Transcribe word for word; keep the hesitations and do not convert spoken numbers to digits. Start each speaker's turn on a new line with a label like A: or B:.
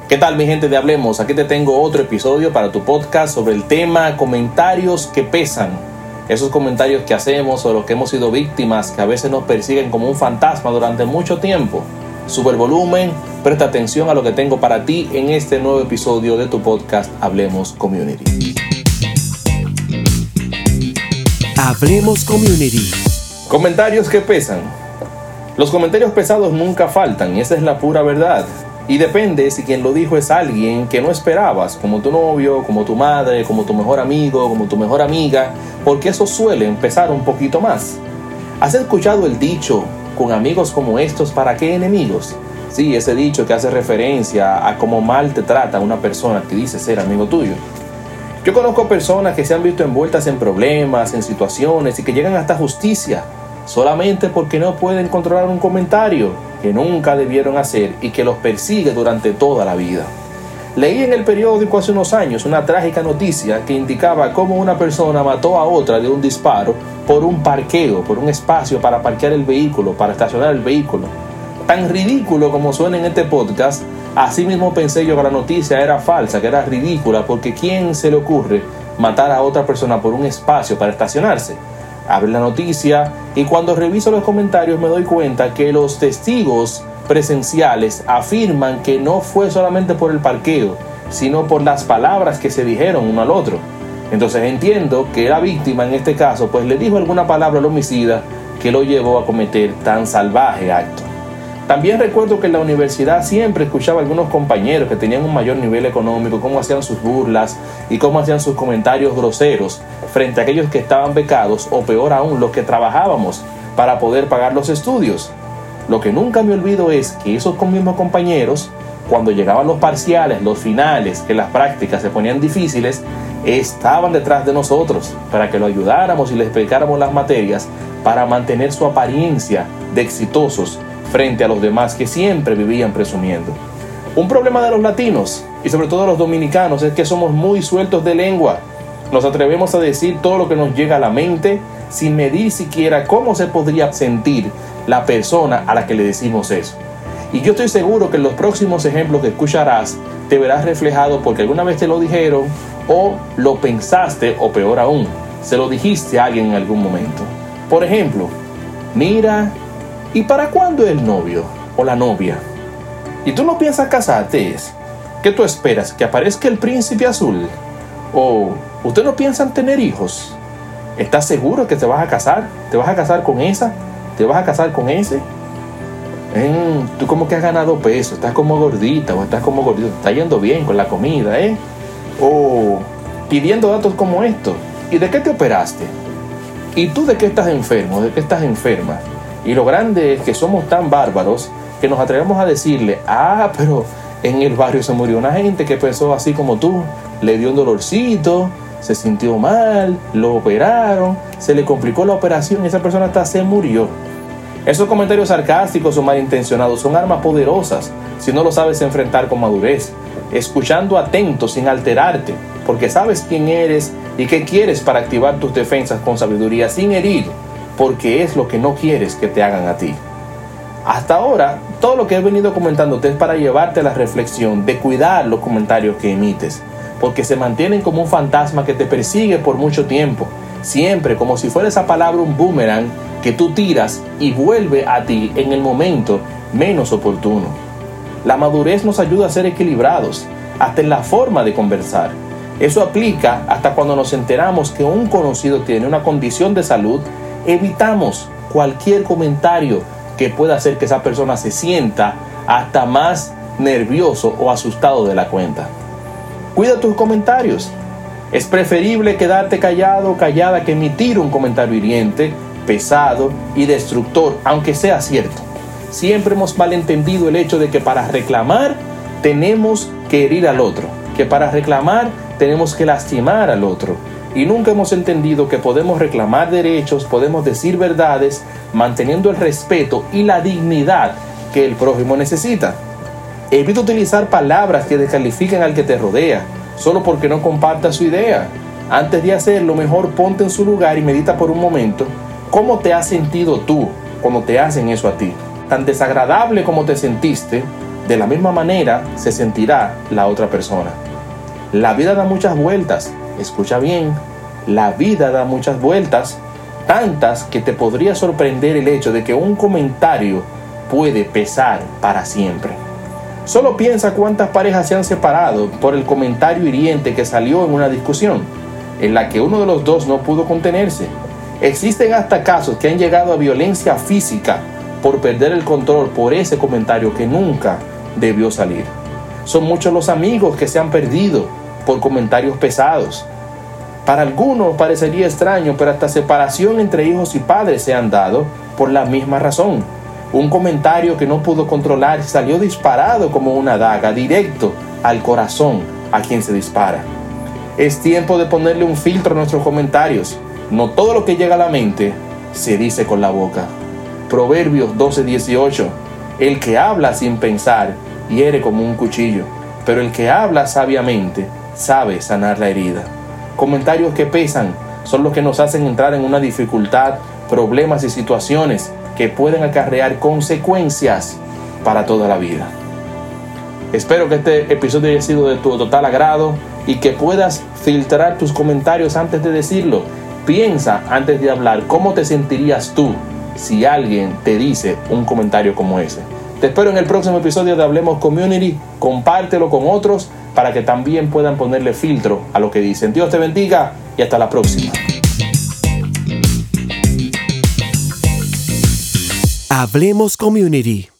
A: ¿Qué tal, mi gente de Hablemos? Aquí te tengo otro episodio para tu podcast sobre el tema comentarios que pesan. Esos comentarios que hacemos o los que hemos sido víctimas, que a veces nos persiguen como un fantasma durante mucho tiempo. Sube el volumen, presta atención a lo que tengo para ti en este nuevo episodio de tu podcast Hablemos Community.
B: Hablemos Community.
A: Comentarios que pesan. Los comentarios pesados nunca faltan y esa es la pura verdad. Y depende si quien lo dijo es alguien que no esperabas, como tu novio, como tu madre, como tu mejor amigo, como tu mejor amiga, porque eso suele empezar un poquito más. ¿Has escuchado el dicho, con amigos como estos, ¿para qué enemigos? Sí, ese dicho que hace referencia a cómo mal te trata una persona que dice ser amigo tuyo. Yo conozco personas que se han visto envueltas en problemas, en situaciones y que llegan hasta justicia, solamente porque no pueden controlar un comentario que nunca debieron hacer y que los persigue durante toda la vida. Leí en el periódico hace unos años una trágica noticia que indicaba cómo una persona mató a otra de un disparo por un parqueo, por un espacio para parquear el vehículo, para estacionar el vehículo. Tan ridículo como suena en este podcast, así mismo pensé yo que la noticia era falsa, que era ridícula, porque ¿quién se le ocurre matar a otra persona por un espacio para estacionarse? Abre la noticia y cuando reviso los comentarios me doy cuenta que los testigos presenciales afirman que no fue solamente por el parqueo, sino por las palabras que se dijeron uno al otro. Entonces entiendo que la víctima en este caso pues le dijo alguna palabra al homicida que lo llevó a cometer tan salvaje acto. También recuerdo que en la universidad siempre escuchaba a algunos compañeros que tenían un mayor nivel económico, cómo hacían sus burlas y cómo hacían sus comentarios groseros frente a aquellos que estaban becados o peor aún, los que trabajábamos para poder pagar los estudios. Lo que nunca me olvido es que esos mismos compañeros, cuando llegaban los parciales, los finales, que las prácticas se ponían difíciles, estaban detrás de nosotros para que lo ayudáramos y les explicáramos las materias para mantener su apariencia de exitosos frente a los demás que siempre vivían presumiendo. Un problema de los latinos y sobre todo los dominicanos es que somos muy sueltos de lengua. Nos atrevemos a decir todo lo que nos llega a la mente sin medir siquiera cómo se podría sentir la persona a la que le decimos eso. Y yo estoy seguro que en los próximos ejemplos que escucharás te verás reflejado porque alguna vez te lo dijeron o lo pensaste o peor aún, se lo dijiste a alguien en algún momento. Por ejemplo, mira, ¿y para cuándo el novio o la novia? ¿Y tú no piensas casarte? ¿Qué tú esperas? ¿Que aparezca el príncipe azul? ¿O usted no piensa en tener hijos? ¿Estás seguro que te vas a casar? ¿Te vas a casar con esa? ¿Te vas a casar con ese? Eh, tú como que has ganado peso, estás como gordita o estás como gordito, te está yendo bien con la comida, ¿eh? O pidiendo datos como estos. ¿Y de qué te operaste? ¿Y tú de qué estás enfermo? ¿De qué estás enferma? Y lo grande es que somos tan bárbaros que nos atrevemos a decirle, ah, pero en el barrio se murió una gente que pensó así como tú, le dio un dolorcito, se sintió mal, lo operaron, se le complicó la operación y esa persona hasta se murió. Esos comentarios sarcásticos o malintencionados son armas poderosas si no lo sabes enfrentar con madurez, escuchando atento sin alterarte, porque sabes quién eres y qué quieres para activar tus defensas con sabiduría sin herir, porque es lo que no quieres que te hagan a ti. Hasta ahora, todo lo que he venido comentándote es para llevarte a la reflexión de cuidar los comentarios que emites, porque se mantienen como un fantasma que te persigue por mucho tiempo, siempre como si fuera esa palabra un boomerang que tú tiras y vuelve a ti en el momento menos oportuno. La madurez nos ayuda a ser equilibrados, hasta en la forma de conversar. Eso aplica hasta cuando nos enteramos que un conocido tiene una condición de salud. Evitamos cualquier comentario que pueda hacer que esa persona se sienta hasta más nervioso o asustado de la cuenta. Cuida tus comentarios. Es preferible quedarte callado o callada que emitir un comentario hiriente, pesado y destructor, aunque sea cierto. Siempre hemos malentendido el hecho de que para reclamar tenemos que herir al otro, que para reclamar tenemos que lastimar al otro. Y nunca hemos entendido que podemos reclamar derechos, podemos decir verdades, manteniendo el respeto y la dignidad que el prójimo necesita. Evita utilizar palabras que descalifiquen al que te rodea, solo porque no compartas su idea. Antes de hacerlo, mejor ponte en su lugar y medita por un momento cómo te has sentido tú cuando te hacen eso a ti. Tan desagradable como te sentiste, de la misma manera se sentirá la otra persona. La vida da muchas vueltas, escucha bien, la vida da muchas vueltas, tantas que te podría sorprender el hecho de que un comentario puede pesar para siempre. Solo piensa cuántas parejas se han separado por el comentario hiriente que salió en una discusión, en la que uno de los dos no pudo contenerse. Existen hasta casos que han llegado a violencia física por perder el control por ese comentario que nunca debió salir. Son muchos los amigos que se han perdido por comentarios pesados. Para algunos parecería extraño, pero hasta separación entre hijos y padres se han dado por la misma razón. Un comentario que no pudo controlar salió disparado como una daga directo al corazón a quien se dispara. Es tiempo de ponerle un filtro a nuestros comentarios. No todo lo que llega a la mente se dice con la boca. Proverbios doce dieciocho. El que habla sin pensar hiere como un cuchillo, pero el que habla sabiamente sabe sanar la herida. Comentarios que pesan son los que nos hacen entrar en una dificultad, problemas y situaciones que pueden acarrear consecuencias para toda la vida. Espero que este episodio haya sido de tu total agrado y que puedas filtrar tus comentarios antes de decirlo. Piensa antes de hablar cómo te sentirías tú si alguien te dice un comentario como ese. Te espero en el próximo episodio de Hablemos Community. Compártelo con otros para que también puedan ponerle filtro a lo que dicen. Dios te bendiga y hasta la próxima.
B: Hablemos Community.